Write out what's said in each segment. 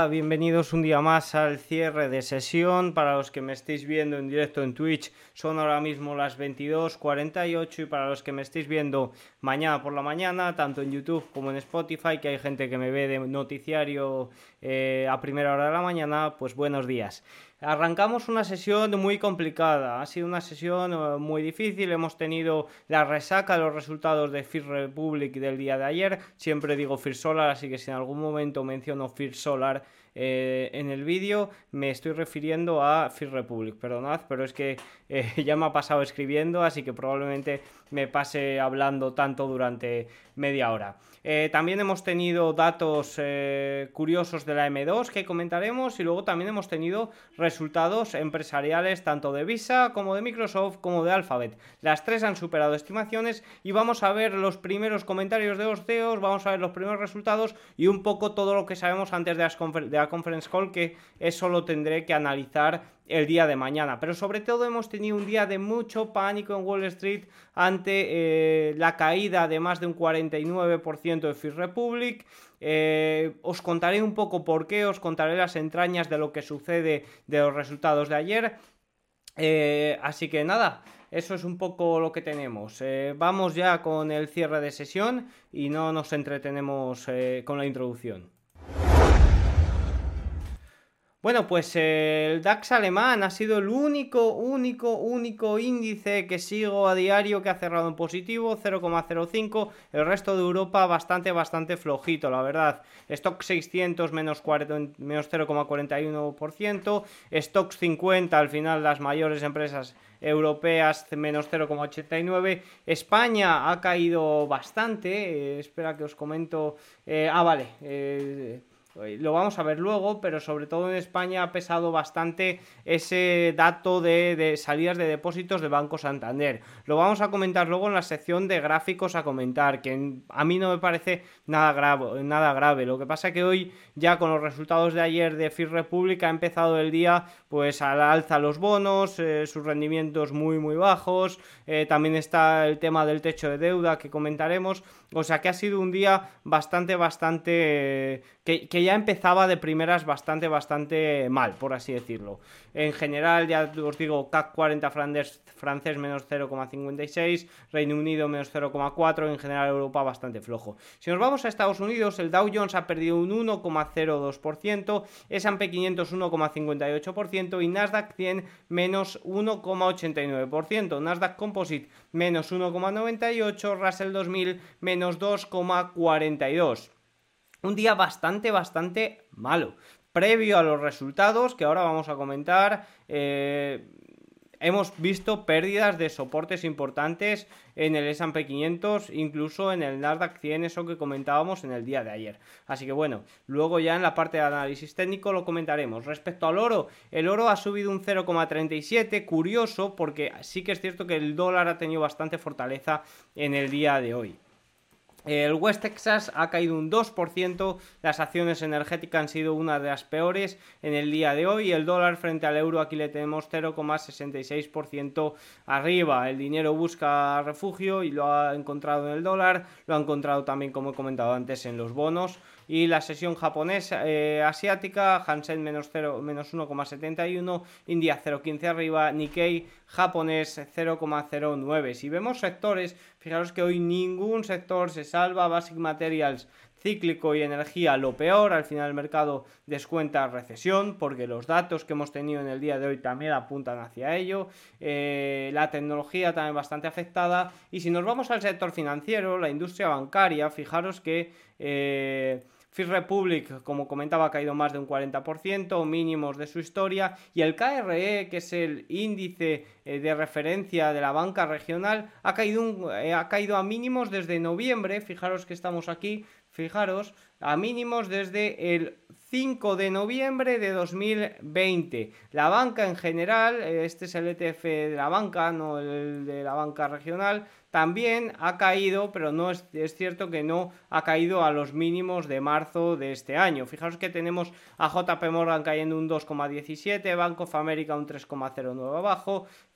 bienvenidos un día más al cierre de sesión. Para los que me estéis viendo en directo en Twitch, son ahora mismo las 22:48 y para los que me estéis viendo mañana por la mañana, tanto en YouTube como en Spotify, que hay gente que me ve de noticiario a primera hora de la mañana, pues buenos días. Arrancamos una sesión muy complicada, ha sido una sesión muy difícil, hemos tenido la resaca de los resultados de First Republic del día de ayer, siempre digo First Solar, así que si en algún momento menciono First Solar en el vídeo, me estoy refiriendo a First Republic, perdonad, pero es que ya me ha pasado escribiendo, así que probablemente me pase hablando tanto durante media hora. También hemos tenido datos curiosos de la M2 que comentaremos y luego también hemos tenido resultados empresariales tanto de Visa como de Microsoft como de Alphabet. Las tres han superado estimaciones y vamos a ver los primeros comentarios de los CEOs, vamos a ver los primeros resultados y un poco todo lo que sabemos antes de la conference call, que eso lo tendré que analizar el día de mañana. Pero sobre todo hemos tenido un día de mucho pánico en Wall Street ante la caída de más de un 49% de First Republic. Os contaré un poco por qué, os contaré las entrañas de lo que sucede de los resultados de ayer. Así que nada, eso es un poco lo que tenemos. Vamos ya con el cierre de sesión y no nos entretenemos con la introducción. Bueno, pues el DAX alemán ha sido el único índice que sigo a diario que ha cerrado en positivo, 0,05. El resto de Europa bastante flojito, la verdad. Stock 600 menos 0,41%. Stock 50, al final las mayores empresas europeas, menos 0,89. España ha caído bastante. Espera que os comento. Vale. Lo vamos a ver luego, pero sobre todo en España ha pesado bastante ese dato de salidas de depósitos de Banco Santander. Lo vamos a comentar luego en la sección de gráficos a comentar, que a mí no me parece nada grave. Lo que pasa es que hoy, ya con los resultados de ayer de First Republic, ha empezado el día pues a la alza los bonos, sus rendimientos muy bajos, también está el tema del techo de deuda que comentaremos, o sea que ha sido un día bastante que ya empezaba de primeras bastante mal, por así decirlo. En general, ya os digo, CAC 40 francés menos 0,56, Reino Unido menos 0,4, en general Europa bastante flojo. Si nos vamos a Estados Unidos, el Dow Jones ha perdido un 1,02%, S&P 500 1,58% y Nasdaq 100 menos 1,89%, Nasdaq Composite menos 1,98%, Russell 2000 menos 2,42%. Un día bastante malo. Previo a los resultados que ahora vamos a comentar, hemos visto pérdidas de soportes importantes en el S&P 500, incluso en el Nasdaq 100, eso que comentábamos en el día de ayer. Así que bueno, luego ya en la parte de análisis técnico lo comentaremos. Respecto al oro, el oro ha subido un 0,37, curioso porque sí que es cierto que el dólar ha tenido bastante fortaleza en el día de hoy. El West Texas ha caído un 2%, las acciones energéticas han sido una de las peores en el día de hoy, el dólar frente al euro aquí le tenemos 0,66% arriba, el dinero busca refugio y lo ha encontrado en el dólar, lo ha encontrado también, como he comentado antes, en los bonos. Y la sesión japonesa asiática, Hansen menos 1,71, India 0,15 arriba, Nikkei japonés 0,09. Si vemos sectores, fijaros que hoy ningún sector se salva, Basic Materials cíclico y energía lo peor, al final el mercado descuenta recesión porque los datos que hemos tenido en el día de hoy también apuntan hacia ello, la tecnología también bastante afectada y si nos vamos al sector financiero, la industria bancaria, fijaros que First Republic, como comentaba, ha caído más de un 40%, mínimos de su historia, y el KRE, que es el índice de referencia de la banca regional, ha caído a mínimos desde noviembre, fijaros que estamos aquí, fijaros, a mínimos desde el 5 de noviembre de 2020. La banca en general, este es el ETF de la banca, no el de la banca regional, también ha caído, pero no es cierto que no ha caído a los mínimos de marzo de este año. Fijaros que tenemos a JP Morgan cayendo un 2,17, Bank of America un 3,09 abajo,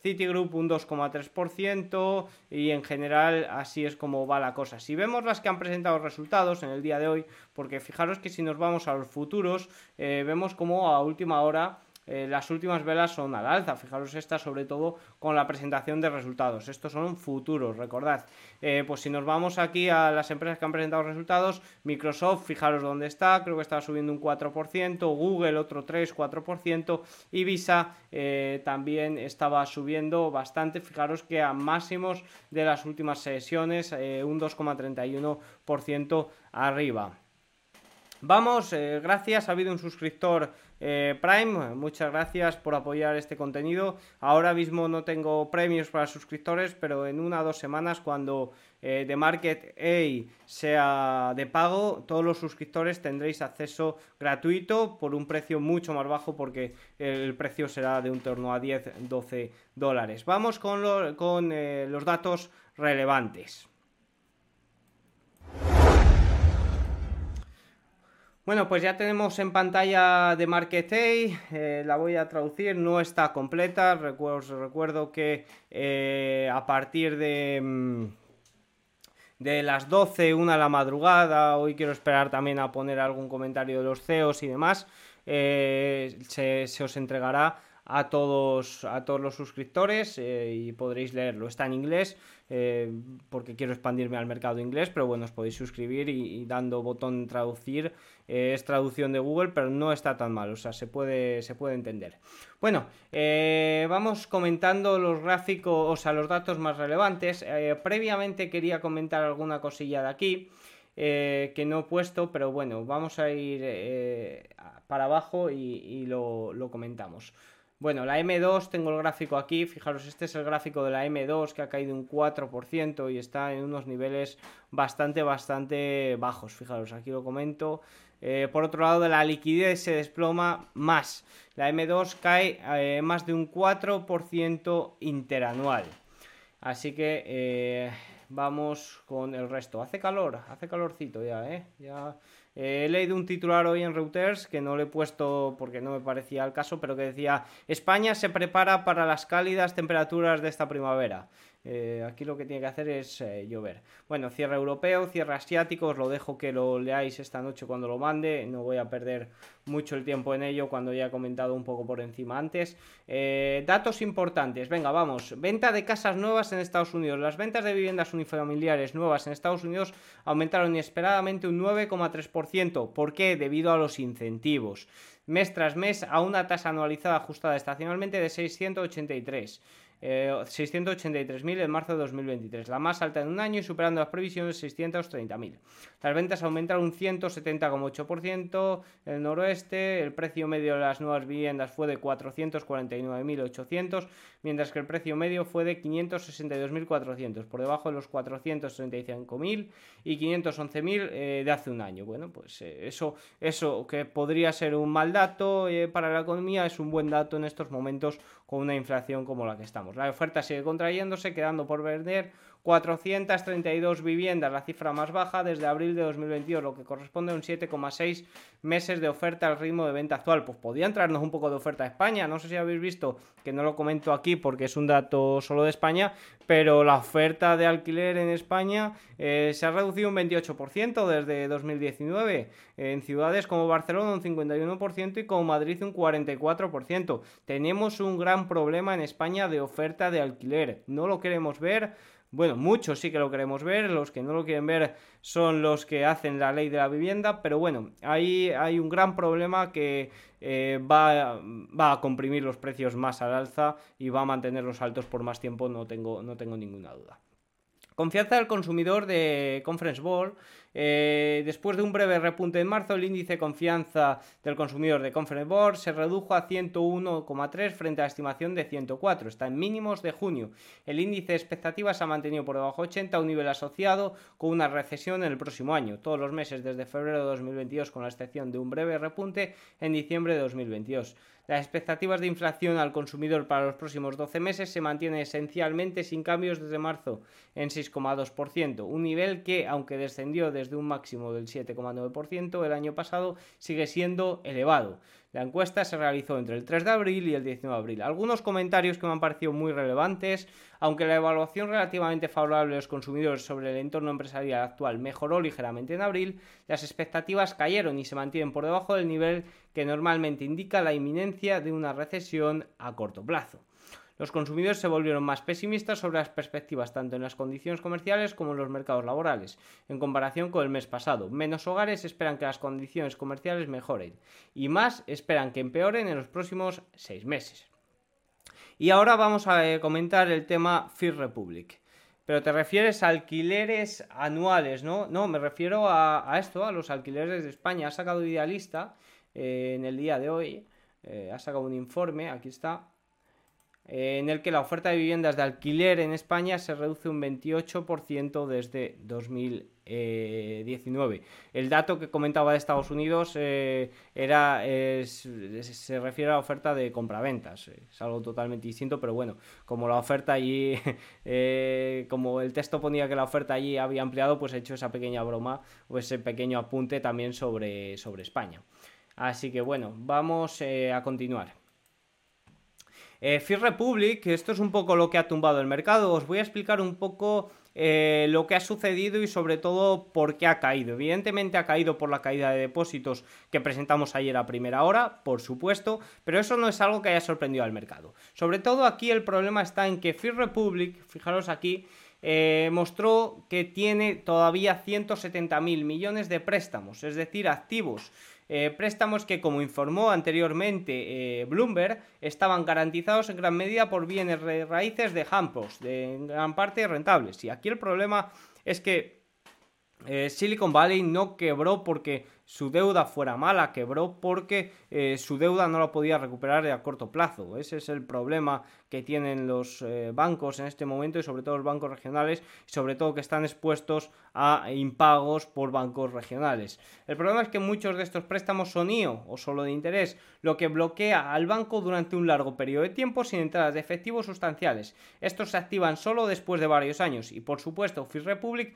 Citigroup un 2,3% y en general así es como va la cosa. Si vemos las que han presentado resultados en el día de hoy, porque fijaros que si nos vamos a los futuros, vemos como a última hora las últimas velas son al alza. Fijaros esta sobre todo con la presentación de resultados. Estos son futuros, recordad. Pues si nos vamos aquí a las empresas que han presentado resultados, Microsoft, fijaros dónde está, creo que estaba subiendo un 4%, Google otro 3-4% y Visa también estaba subiendo bastante. Fijaros que a máximos de las últimas sesiones, un 2,31% arriba. Vamos, gracias, ha habido un suscriptor Prime, muchas gracias por apoyar este contenido. Ahora mismo no tengo premios para suscriptores, pero en 1 o 2 semanas cuando The Market A sea de pago, todos los suscriptores tendréis acceso gratuito por un precio mucho más bajo porque el precio será de un torno a 10-12 dólares. Vamos con los datos relevantes. Bueno, pues ya tenemos en pantalla de Market A, la voy a traducir, no está completa, os recuerdo que a partir de las 12, 1 de la madrugada, hoy quiero esperar también a poner algún comentario de los CEOs y demás, se os entregará a todos los suscriptores y podréis leerlo. Está en inglés porque quiero expandirme al mercado inglés, pero bueno, os podéis suscribir y dando botón traducir, es traducción de Google, pero no está tan mal, o sea, se puede entender. Bueno, vamos comentando los gráficos, o sea, los datos más relevantes. Previamente quería comentar alguna cosilla de aquí que no he puesto, pero bueno, vamos a ir para abajo y lo comentamos. Bueno, la M2, tengo el gráfico aquí, fijaros, este es el gráfico de la M2 que ha caído un 4% y está en unos niveles bastante bajos, fijaros, aquí lo comento. Por otro lado, de la liquidez se desploma más, la M2 cae más de un 4% interanual, así que vamos con el resto. Hace calorcito ya, ya... he leído un titular hoy en Reuters que no le he puesto porque no me parecía el caso, pero que decía: España se prepara para las cálidas temperaturas de esta primavera. Aquí lo que tiene que hacer es llover. Bueno, cierre europeo, cierre asiático, os lo dejo que lo leáis esta noche cuando lo mande, no voy a perder mucho el tiempo en ello cuando ya he comentado un poco por encima antes. Datos importantes, venga, vamos. Venta de casas nuevas en Estados Unidos. Las ventas de viviendas unifamiliares nuevas en Estados Unidos aumentaron inesperadamente un 9,3%. ¿Por qué? Debido a los incentivos. Mes tras mes a una tasa anualizada ajustada estacionalmente de 683.000 en marzo de 2023, la más alta en un año y superando las previsiones de 630.000. Las ventas aumentaron un 170,8% en el noroeste, el precio medio de las nuevas viviendas fue de 449.800, mientras que el precio medio fue de 562.400, por debajo de los 435.000 y 511.000 de hace un año. Bueno, pues eso que podría ser un mal dato para la economía es un buen dato en estos momentos con una inflación como la que estamos. La oferta sigue contrayéndose, quedando por vender 432 viviendas, la cifra más baja desde abril de 2022, lo que corresponde a un 7,6 meses de oferta al ritmo de venta actual. Pues podía entrarnos un poco de oferta a España, no sé si habéis visto, que no lo comento aquí porque es un dato solo de España, pero la oferta de alquiler en España se ha reducido un 28% desde 2019, en ciudades como Barcelona un 51% y como Madrid un 44%. Tenemos un gran problema en España de oferta de alquiler, no lo queremos ver. Bueno, muchos sí que lo queremos ver, los que no lo quieren ver son los que hacen la ley de la vivienda, pero bueno, ahí hay un gran problema que va a comprimir los precios más al alza y va a mantenerlos altos por más tiempo, no tengo ninguna duda. Confianza del consumidor de Conference Board. Después de un breve repunte en marzo, el índice de confianza del consumidor de Conference Board se redujo a 101,3 frente a la estimación de 104. Está en mínimos de junio. El índice de expectativas se ha mantenido por debajo de 80, un nivel asociado con una recesión en el próximo año. Todos los meses desde febrero de 2022, con la excepción de un breve repunte en diciembre de 2022. Las expectativas de inflación al consumidor para los próximos 12 meses se mantienen esencialmente sin cambios desde marzo en 6,2%, un nivel que, aunque descendió desde un máximo del 7,9% el año pasado, sigue siendo elevado. La encuesta se realizó entre el 3 de abril y el 19 de abril. Algunos comentarios que me han parecido muy relevantes: aunque la evaluación relativamente favorable de los consumidores sobre el entorno empresarial actual mejoró ligeramente en abril, las expectativas cayeron y se mantienen por debajo del nivel que normalmente indica la inminencia de una recesión a corto plazo. Los consumidores se volvieron más pesimistas sobre las perspectivas tanto en las condiciones comerciales como en los mercados laborales, en comparación con el mes pasado. Menos hogares esperan que las condiciones comerciales mejoren y más esperan que empeoren en los próximos 6 meses. Y ahora vamos a comentar el tema First Republic. Pero te refieres a alquileres anuales, ¿no? No, me refiero a esto, a los alquileres de España. Ha sacado Idealista en el día de hoy, ha sacado un informe, aquí está, en el que la oferta de viviendas de alquiler en España se reduce un 28% desde 2019. El dato que comentaba de Estados Unidos se refiere a la oferta de compraventas. Es algo totalmente distinto, pero bueno, como la oferta allí, como el texto ponía que la oferta allí había ampliado, pues he hecho esa pequeña broma o ese pequeño apunte también sobre España. Así que bueno, vamos a continuar. First Republic, esto es un poco lo que ha tumbado el mercado. Os voy a explicar un poco lo que ha sucedido y sobre todo por qué ha caído. Evidentemente ha caído por la caída de depósitos que presentamos ayer a primera hora, por supuesto, pero eso no es algo que haya sorprendido al mercado. Sobre todo aquí el problema está en que First Republic, fijaros aquí, mostró que tiene todavía 170.000 millones de préstamos, es decir, activos. Préstamos que, como informó anteriormente Bloomberg, estaban garantizados en gran medida por bienes raíces de Hampos, en gran parte rentables. Y aquí el problema es que Silicon Valley no quebró porque su deuda fuera mala, quebró porque su deuda no la podía recuperar a corto plazo. Ese es el problema que tienen los bancos en este momento, y sobre todo los bancos regionales, sobre todo que están expuestos a impagos por bancos regionales. El problema es que muchos de estos préstamos son IO o solo de interés, lo que bloquea al banco durante un largo periodo de tiempo sin entradas de efectivo sustanciales. Estos se activan solo después de varios años y, por supuesto, First Republic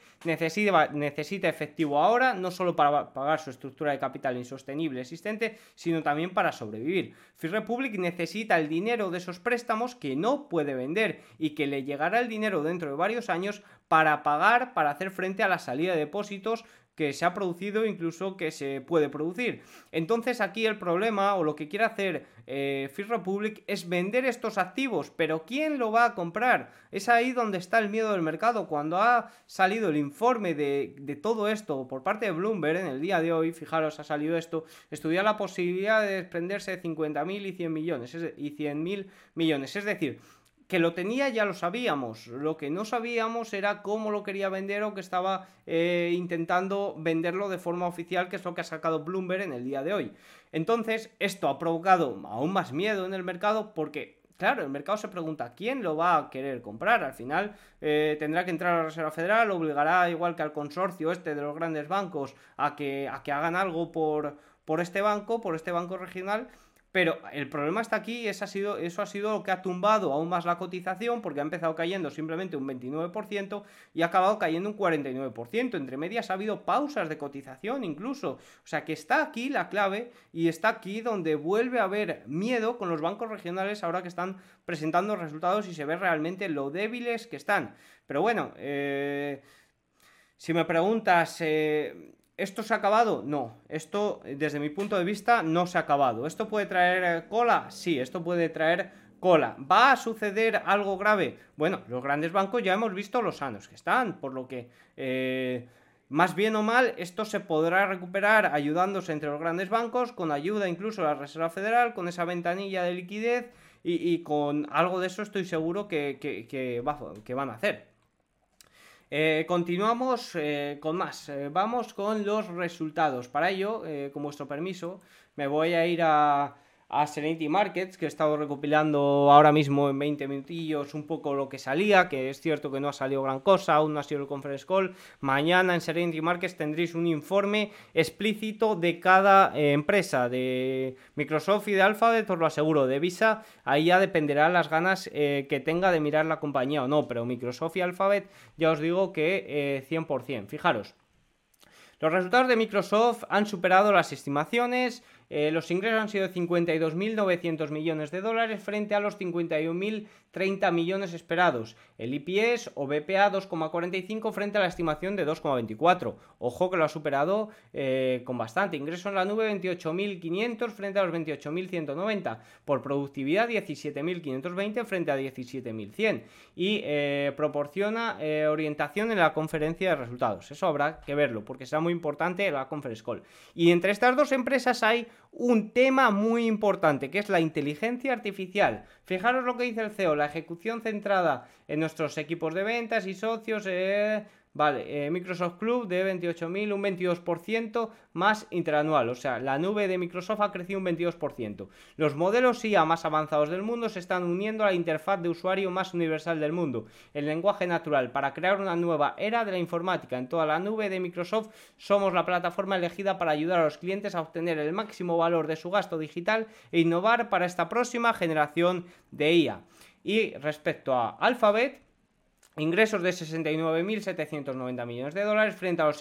necesita efectivo ahora, no solo para pagar su estructura de capital insostenible existente, sino también para sobrevivir. First Republic necesita el dinero de esos préstamos que no puede vender y que le llegará el dinero dentro de varios años para pagar, para hacer frente a la salida de depósitos que se ha producido, incluso que se puede producir. Entonces aquí el problema, o lo que quiere hacer First Republic, es vender estos activos. ¿Pero quién lo va a comprar? Es ahí donde está el miedo del mercado. Cuando ha salido el informe de todo esto por parte de Bloomberg en el día de hoy, fijaros, ha salido esto, estudia la posibilidad de desprenderse de 50.000 y 100.000 millones. Es decir, que lo tenía, ya lo sabíamos. Lo que no sabíamos era cómo lo quería vender, o que estaba intentando venderlo de forma oficial, que es lo que ha sacado Bloomberg en el día de hoy. Entonces, esto ha provocado aún más miedo en el mercado, porque, claro, el mercado se pregunta ¿quién lo va a querer comprar? Al final tendrá que entrar a la Reserva Federal, obligará, igual que al consorcio de los grandes bancos, a que hagan algo por este banco regional. Pero el problema está aquí, eso ha sido lo que ha tumbado aún más la cotización, porque ha empezado cayendo simplemente un 29% y ha acabado cayendo un 49%. Entre medias ha habido pausas de cotización incluso. O sea que está aquí la clave, y está aquí donde vuelve a haber miedo con los bancos regionales ahora que están presentando resultados y se ve realmente lo débiles que están. Pero bueno, si me preguntas... ¿esto se ha acabado? No, esto desde mi punto de vista no se ha acabado. ¿Esto puede traer cola? Sí, esto puede traer cola. ¿Va a suceder algo grave? Bueno, los grandes bancos ya hemos visto lo sanos que están, por lo que más bien o mal esto se podrá recuperar ayudándose entre los grandes bancos, con ayuda incluso de la Reserva Federal, con esa ventanilla de liquidez, y con algo de eso estoy seguro que van a hacer. Continuamos con más. Vamos con los resultados. Para ello, con vuestro permiso, me voy a ir a Serenity Markets, que he estado recopilando ahora mismo en 20 minutillos un poco lo que salía, que es cierto que no ha salido gran cosa, aún no ha sido el conference call. Mañana en Serenity Markets tendréis un informe explícito de cada empresa, de Microsoft y de Alphabet, os lo aseguro. De Visa, ahí ya dependerá las ganas que tenga de mirar la compañía o no, pero Microsoft y Alphabet ya os digo que 100%. Fijaros, los resultados de Microsoft han superado las estimaciones, Los ingresos han sido de 52.900 millones de dólares frente a los 51.030 millones esperados. El IPS o BPA 2,45 frente a la estimación de 2,24. Ojo que lo ha superado con bastante. Ingresos en la nube 28.500 frente a los 28.190. Por productividad 17.520 frente a 17.100. Y proporciona orientación en la conferencia de resultados. Eso habrá que verlo porque será muy importante la conference call. Y entre estas dos empresas hay un tema muy importante que es la inteligencia artificial. Fijaros lo que dice el CEO, la ejecución centrada en nuestros equipos de ventas y socios, Microsoft Club de 28.000, un 22% más interanual, o sea, la nube de Microsoft ha crecido un 22%. Los modelos IA más avanzados del mundo se están uniendo a la interfaz de usuario más universal del mundo, el lenguaje natural, para crear una nueva era de la informática. En toda la nube de Microsoft somos la plataforma elegida para ayudar a los clientes a obtener el máximo valor de su gasto digital e innovar para esta próxima generación de IA. Y respecto a Alphabet, ingresos de 69.790 millones de dólares frente a los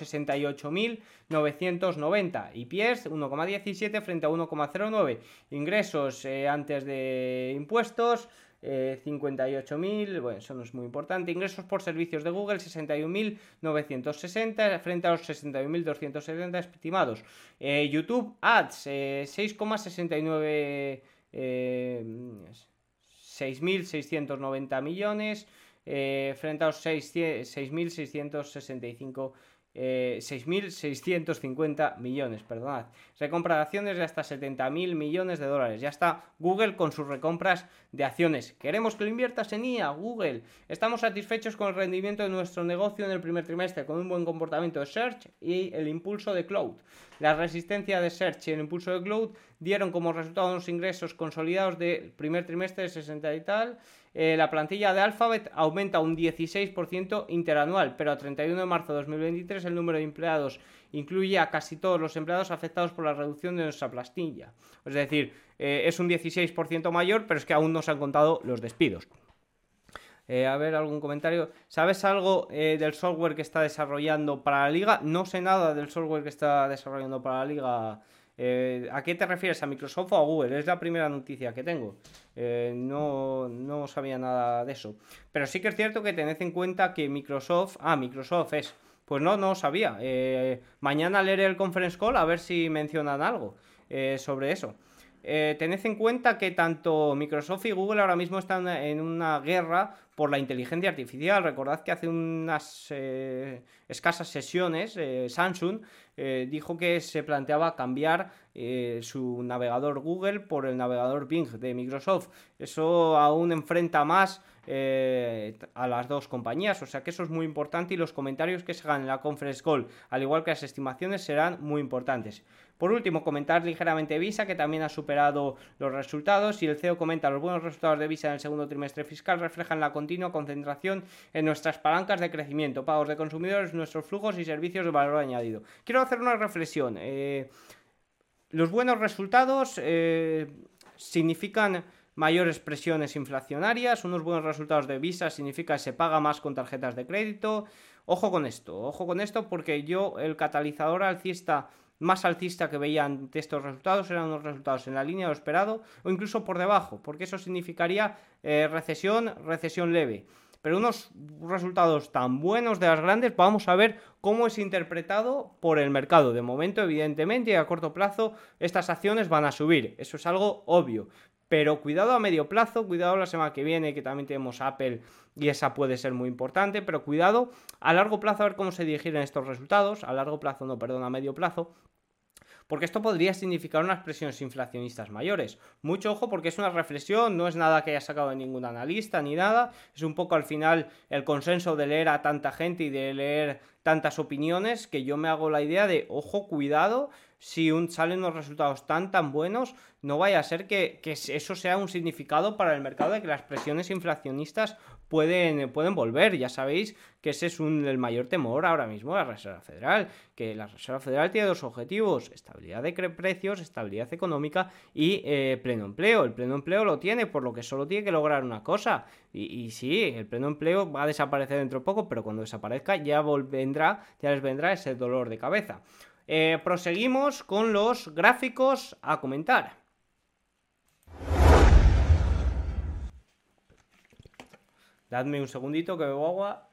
68.990. IPS 1,17 frente a 1,09. Ingresos antes de impuestos 58.000, bueno, eso no es muy importante. Ingresos por servicios de Google 61.960 frente a los 61.270 estimados. YouTube Ads 6,69 6.690 millones frente a los 6.650 millones, perdonad. Recompra de acciones de hasta 70.000 millones de dólares. Ya está Google con sus recompras de acciones. ¿Queremos que lo inviertas en IA, Google? Estamos satisfechos con el rendimiento de nuestro negocio en el primer trimestre, con un buen comportamiento de Search y el impulso de Cloud. La resistencia de Search y el impulso de Cloud dieron como resultado unos ingresos consolidados del primer trimestre de 60 y tal. La plantilla de Alphabet aumenta un 16% interanual, pero a 31 de marzo de 2023 el número de empleados incluye a casi todos los empleados afectados por la reducción de nuestra plantilla. Es decir, es un 16% mayor, pero es que aún no se han contado los despidos. A ver, algún comentario. ¿Sabes algo del software que está desarrollando para la liga? No sé nada del software que está desarrollando para la liga. ¿A qué te refieres? ¿A Microsoft o a Google? Es la primera noticia que tengo. No sabía nada de eso. Pero sí que es cierto que tened en cuenta que Microsoft es. Pues no sabía. Mañana leeré el conference call a ver si mencionan algo sobre eso. Tened en cuenta que tanto Microsoft y Google ahora mismo están en una guerra por la inteligencia artificial. Recordad que hace unas escasas sesiones Samsung dijo que se planteaba cambiar su navegador Google por el navegador Bing de Microsoft. Eso aún enfrenta más a las dos compañías, o sea que eso es muy importante y los comentarios que se hagan en la conference call, al igual que las estimaciones, serán muy importantes. Por último, comentar ligeramente Visa, que también ha superado los resultados, y el CEO comenta: los buenos resultados de Visa en el segundo trimestre fiscal reflejan la continua concentración en nuestras palancas de crecimiento, pagos de consumidores, nuestros flujos y servicios de valor añadido. Quiero hacer una reflexión. Los buenos resultados significan mayores presiones inflacionarias. Unos buenos resultados de Visa significa que se paga más con tarjetas de crédito. Ojo con esto, porque yo el catalizador alcista más alcista que veía ante estos resultados eran unos resultados en la línea de lo esperado o incluso por debajo, porque eso significaría recesión leve. Pero unos resultados tan buenos de las grandes, vamos a ver cómo es interpretado por el mercado. De momento, evidentemente, y a corto plazo, estas acciones van a subir. Eso es algo obvio. Pero cuidado a medio plazo, cuidado la semana que viene, que también tenemos Apple y esa puede ser muy importante, pero cuidado a largo plazo a ver cómo se dirigen estos resultados, a medio plazo, porque esto podría significar unas presiones inflacionistas mayores. Mucho ojo, porque es una reflexión, no es nada que haya sacado de ningún analista ni nada, es un poco al final el consenso de leer a tanta gente y de leer tantas opiniones, que yo me hago la idea de, ojo, cuidado, si salen unos resultados tan buenos, no vaya a ser que eso sea un significado para el mercado de que las presiones inflacionistas pueden volver. Ya sabéis que ese es el mayor temor ahora mismo de la Reserva Federal, que la Reserva Federal tiene dos objetivos: estabilidad de precios, estabilidad económica y pleno empleo. El pleno empleo lo tiene, por lo que solo tiene que lograr una cosa, y sí, el pleno empleo va a desaparecer dentro de poco, pero cuando desaparezca ya les vendrá ese dolor de cabeza. proseguimos con los gráficos a comentar. Dadme un segundito que bebo agua.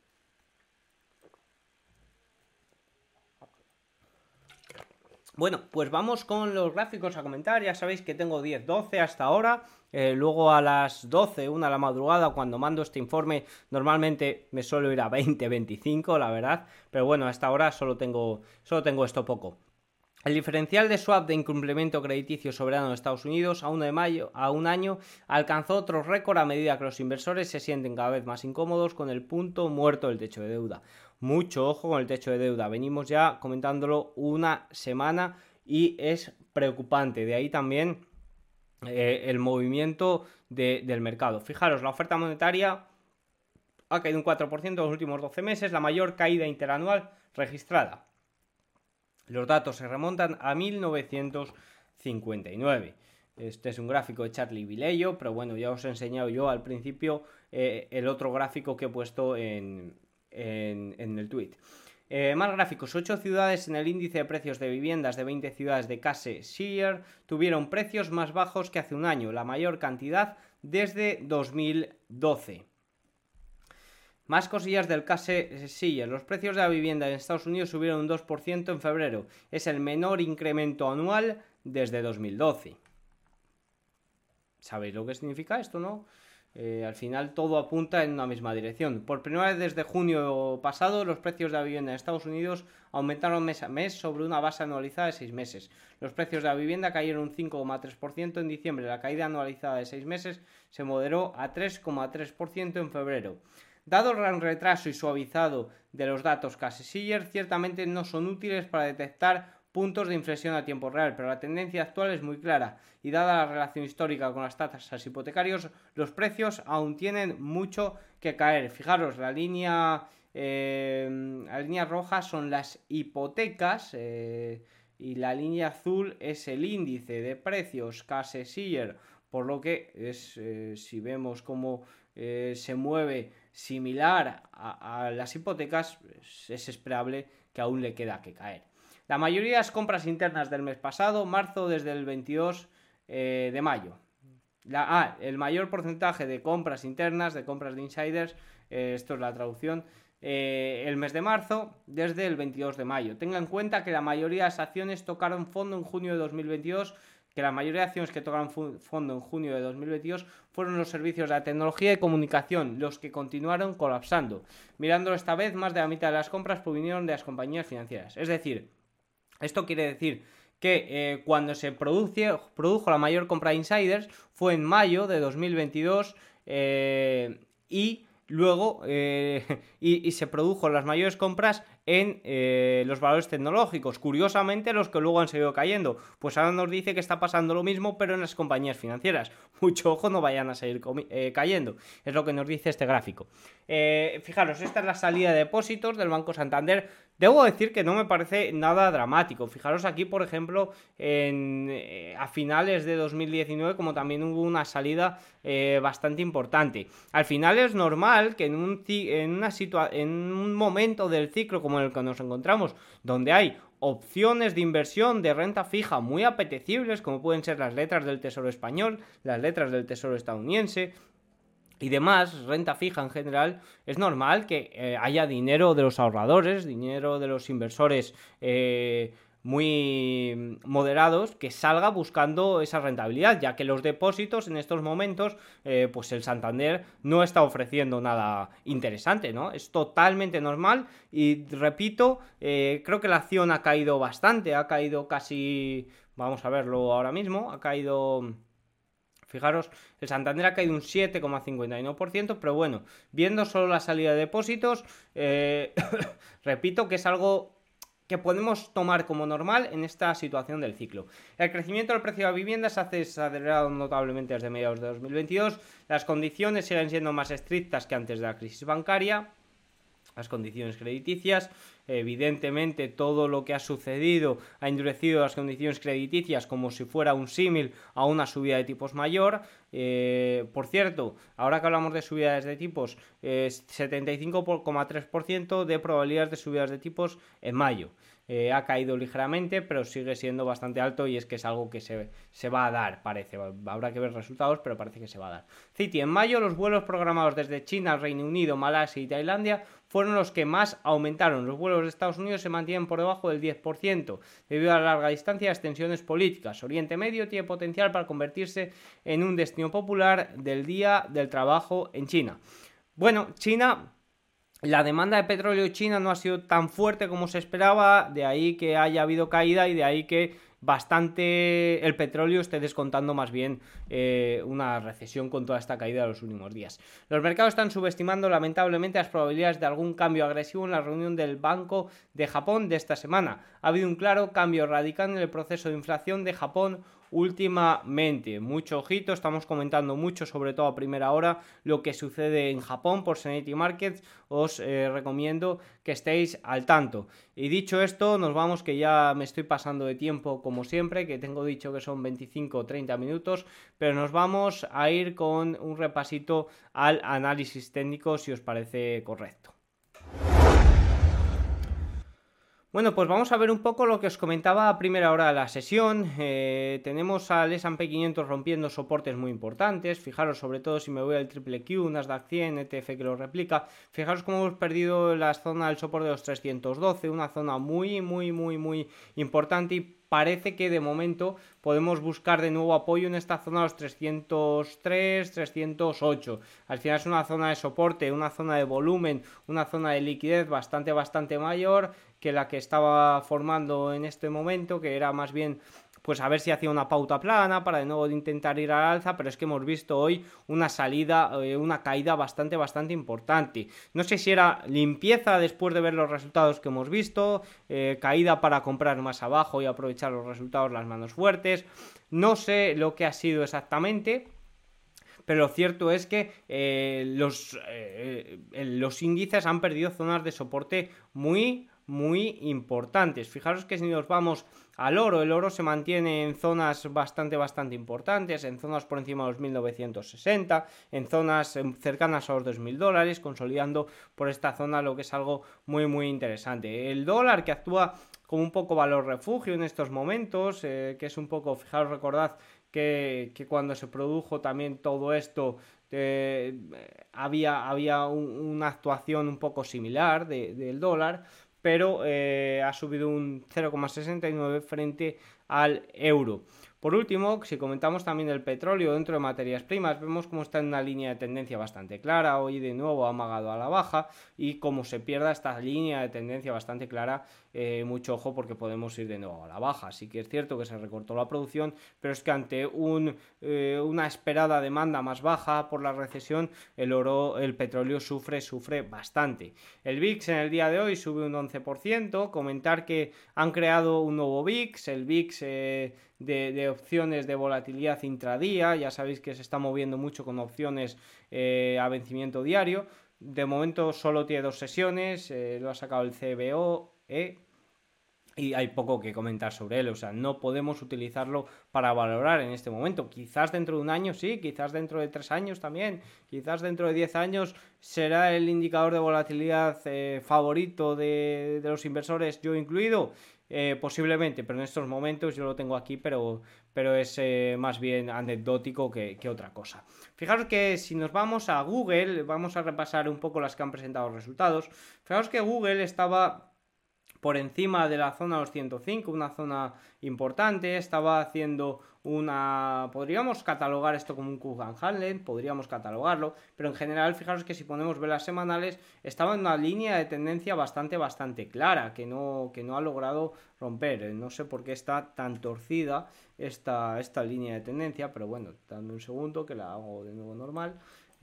Bueno, pues vamos con los gráficos a comentar. Ya sabéis que tengo 10-12 hasta ahora. Luego a las 12, 1 de la madrugada, cuando mando este informe, normalmente me suelo ir a 20-25, la verdad. Pero bueno, hasta ahora solo tengo esto poco. El diferencial de swap de incumplimiento crediticio soberano de Estados Unidos a 1 de mayo a un año alcanzó otro récord a medida que los inversores se sienten cada vez más incómodos con el punto muerto del techo de deuda. Mucho ojo con el techo de deuda, venimos ya comentándolo una semana y es preocupante. De ahí también el movimiento del mercado. Fijaros, la oferta monetaria ha caído un 4% en los últimos 12 meses, la mayor caída interanual registrada. Los datos se remontan a 1959. Este es un gráfico de Charlie Vilello, pero bueno, ya os he enseñado yo al principio el otro gráfico que he puesto en el tweet. Más gráficos. 8 ciudades en el índice de precios de viviendas de 20 ciudades de Case-Shiller tuvieron precios más bajos que hace un año, la mayor cantidad desde 2012. Más cosillas del Case-Shiller. Los precios de la vivienda en Estados Unidos subieron un 2% en febrero. Es el menor incremento anual desde 2012. ¿Sabéis lo que significa esto, no? Al final todo apunta en una misma dirección. Por primera vez desde junio pasado, los precios de la vivienda en Estados Unidos aumentaron mes a mes sobre una base anualizada de 6 meses. Los precios de la vivienda cayeron un 5,3% en diciembre. La caída anualizada de 6 meses se moderó a 3,3% en febrero. Dado el gran retraso y suavizado de los datos Case-Shiller, ciertamente no son útiles para detectar puntos de inflexión a tiempo real, pero la tendencia actual es muy clara y dada la relación histórica con las tasas hipotecarias, los precios aún tienen mucho que caer. Fijaros, la línea roja son las hipotecas y la línea azul es el índice de precios Case-Shiller, por lo que es, si vemos cómo se mueve similar a las hipotecas, es esperable que aún le queda que caer. La mayoría de las compras internas del mes pasado, marzo desde el 22 de mayo. El mayor porcentaje de compras internas, de compras de insiders, esto es la traducción, el mes de marzo desde el 22 de mayo. Tenga en cuenta que la mayoría de las acciones tocaron fondo en junio de 2022, que la mayoría de acciones que tocaron fondo en junio de 2022 fueron los servicios de la tecnología y comunicación, los que continuaron colapsando. Mirándolo esta vez, más de la mitad de las compras provinieron de las compañías financieras. Es decir, esto quiere decir que cuando se produjo la mayor compra de insiders fue en mayo de 2022 y luego y se produjo las mayores compras en los valores tecnológicos, curiosamente los que luego han seguido cayendo. Pues ahora nos dice que está pasando lo mismo pero en las compañías financieras. Mucho ojo, no vayan a seguir cayendo, es lo que nos dice este gráfico. Fijaros, esta es la salida de depósitos del Banco Santander. Debo decir que no me parece nada dramático. Fijaros aquí, por ejemplo, a finales de 2019, como también hubo una salida bastante importante. Al final es normal que en un momento del ciclo como en el que nos encontramos, donde hay opciones de inversión de renta fija muy apetecibles, como pueden ser las letras del Tesoro español, las letras del Tesoro estadounidense y demás, renta fija en general, es normal que haya dinero de los ahorradores, dinero de los inversores muy moderados que salga buscando esa rentabilidad, ya que los depósitos en estos momentos, pues el Santander no está ofreciendo nada interesante, ¿no? Es totalmente normal y repito, creo que la acción ha caído bastante, ha caído casi, vamos a verlo ahora mismo, ha caído... Fijaros, el Santander ha caído un 7,59%, pero bueno, viendo solo la salida de depósitos, repito que es algo que podemos tomar como normal en esta situación del ciclo. El crecimiento del precio de la vivienda se ha acelerado notablemente desde mediados de 2022, las condiciones siguen siendo más estrictas que antes de la crisis bancaria, las condiciones crediticias, Evidentemente todo lo que ha sucedido ha endurecido las condiciones crediticias como si fuera un símil a una subida de tipos mayor. Por cierto, ahora que hablamos de subidas de tipos, 75,3% de probabilidades de subidas de tipos en mayo. Ha caído ligeramente, pero sigue siendo bastante alto y es que es algo que se va a dar, parece. Habrá que ver resultados, pero parece que se va a dar. Citi, en mayo los vuelos programados desde China al Reino Unido, Malasia y Tailandia fueron los que más aumentaron. Los vuelos de Estados Unidos se mantienen por debajo del 10%, debido a la larga distancia y las tensiones políticas. Oriente Medio tiene potencial para convertirse en un destino popular del Día del Trabajo en China. Bueno, China... La demanda de petróleo de China no ha sido tan fuerte como se esperaba, de ahí que haya habido caída y de ahí que bastante el petróleo esté descontando más bien una recesión con toda esta caída de los últimos días. Los mercados están subestimando lamentablemente las probabilidades de algún cambio agresivo en la reunión del Banco de Japón de esta semana. Ha habido un claro cambio radical en el proceso de inflación de Japón últimamente. Mucho ojito, estamos comentando mucho, sobre todo a primera hora, lo que sucede en Japón por Seneti Markets. Os recomiendo que estéis al tanto. Y dicho esto, nos vamos, que ya me estoy pasando de tiempo como siempre, que tengo dicho que son 25 o 30 minutos, pero nos vamos a ir con un repasito al análisis técnico, si os parece correcto. Bueno, pues vamos a ver un poco lo que os comentaba a primera hora de la sesión. Tenemos al S&P 500 rompiendo soportes muy importantes. Fijaros, sobre todo si me voy al triple Q, Nasdaq 100, ETF que lo replica. Fijaros cómo hemos perdido la zona del soporte de los 312, una zona muy importante, y parece que de momento podemos buscar de nuevo apoyo en esta zona de los 303, 308. Al final es una zona de soporte, una zona de volumen, una zona de liquidez bastante mayor que la que estaba formando en este momento, que era más bien pues a ver si hacía una pauta plana para de nuevo intentar ir al alza, pero es que hemos visto hoy una salida, una caída bastante importante. No sé si era limpieza después de ver los resultados que hemos visto, caída para comprar más abajo y aprovechar los resultados, las manos fuertes. No sé lo que ha sido exactamente, pero lo cierto es que los índices han perdido zonas de soporte muy importantes. Fijaros que si nos vamos al oro, el oro se mantiene en zonas bastante importantes, en zonas por encima de los 1960, en zonas cercanas a los $2.000, consolidando por esta zona, lo que es algo muy interesante. El dólar, que actúa como un poco valor refugio en estos momentos, que es un poco, fijaros, recordad que cuando se produjo también todo esto, había una actuación un poco similar del dólar, pero ha subido un 0,69 frente al euro. Por último, si comentamos también el petróleo dentro de materias primas, vemos cómo está en una línea de tendencia bastante clara. Hoy de nuevo ha amagado a la baja, y como se pierda esta línea de tendencia bastante clara, mucho ojo, porque podemos ir de nuevo a la baja. Sí que es cierto que se recortó la producción, pero es que ante una esperada demanda más baja por la recesión, el petróleo sufre bastante. El VIX en el día de hoy sube un 11%. Comentar que han creado un nuevo VIX, el VIX de opciones de volatilidad intradía. Ya sabéis que se está moviendo mucho con opciones a vencimiento diario. De momento solo tiene 2 sesiones, lo ha sacado el CBOE, y hay poco que comentar sobre él. O sea, no podemos utilizarlo para valorar en este momento. Quizás dentro de un año sí, quizás dentro de 3 años también, quizás dentro de 10 años será el indicador de volatilidad favorito de los inversores, yo incluido. Posiblemente, pero en estos momentos yo lo tengo aquí, pero es más bien anecdótico que otra cosa. Fijaros que si nos vamos a Google, vamos a repasar un poco las que han presentado resultados. Fijaros que Google estaba por encima de la zona de los 105, una zona importante, estaba haciendo podríamos catalogar esto como un Cook and Handle, podríamos catalogarlo, pero en general, fijaros que si ponemos velas semanales, estaba en una línea de tendencia bastante clara, que no ha logrado romper. No sé por qué está tan torcida esta línea de tendencia, pero bueno, dando un segundo que la hago de nuevo normal.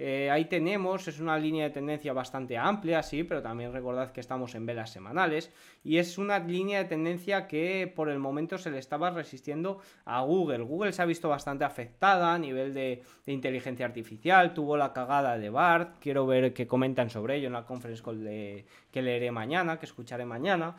ahí tenemos, es una línea de tendencia bastante amplia, sí, pero también recordad que estamos en velas semanales, y es una línea de tendencia que por el momento se le estaba resistiendo a Google. Google se ha visto bastante afectada a nivel de inteligencia artificial, tuvo la cagada de BART, quiero ver qué comentan sobre ello en la conference call que leeré mañana, que escucharé mañana,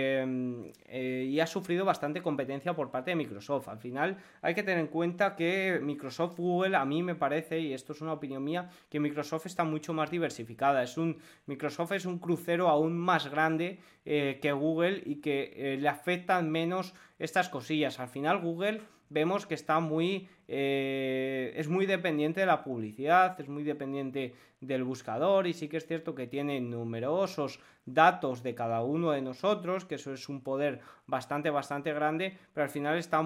y ha sufrido bastante competencia por parte de Microsoft. Al final hay que tener en cuenta que Microsoft, Google, a mí me parece, y esto es una opinión mía, que Microsoft está mucho más diversificada. Microsoft es un crucero aún más grande que Google y que le afectan menos estas cosillas. Al final Google vemos que está es muy dependiente de la publicidad, es muy dependiente del buscador, y sí que es cierto que tiene numerosos datos de cada uno de nosotros, que eso es un poder bastante grande, pero al final está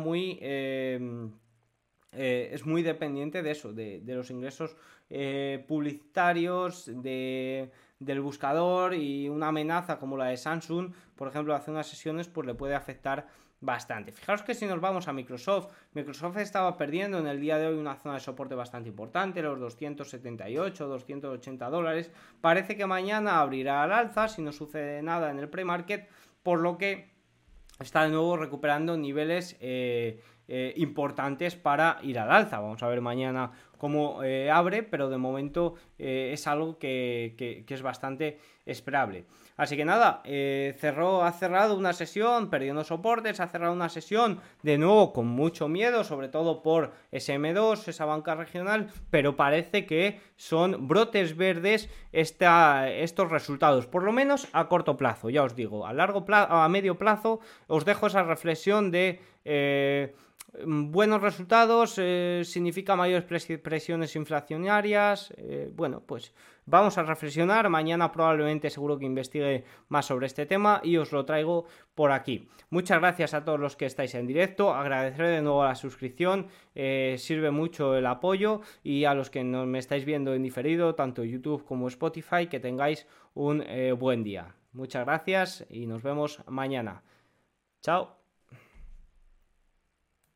es muy dependiente de eso, de los ingresos publicitarios, del buscador, y una amenaza como la de Samsung, por ejemplo, hace unas sesiones, pues le puede afectar bastante. Fijaros que si nos vamos a Microsoft estaba perdiendo en el día de hoy una zona de soporte bastante importante, los 278, 280 dólares. Parece que mañana abrirá al alza si no sucede nada en el pre-market, por lo que está de nuevo recuperando niveles importantes para ir al alza. Vamos a ver mañana cómo abre, pero de momento es algo que es bastante esperable. Así que nada, ha cerrado una sesión perdiendo soportes, ha cerrado una sesión de nuevo con mucho miedo, sobre todo por SM2, esa banca regional, pero parece que son brotes verdes estos resultados, por lo menos a corto plazo. Ya os digo, a medio plazo os dejo esa reflexión de buenos resultados significa mayores presiones inflacionarias. Bueno, pues vamos a reflexionar. Mañana probablemente seguro que investigue más sobre este tema y os lo traigo por aquí. Muchas gracias a todos los que estáis en directo. Agradeceré de nuevo la suscripción, sirve mucho el apoyo, y a los que me estáis viendo en diferido, tanto YouTube como Spotify, que tengáis un buen día. Muchas gracias y nos vemos mañana. Chao.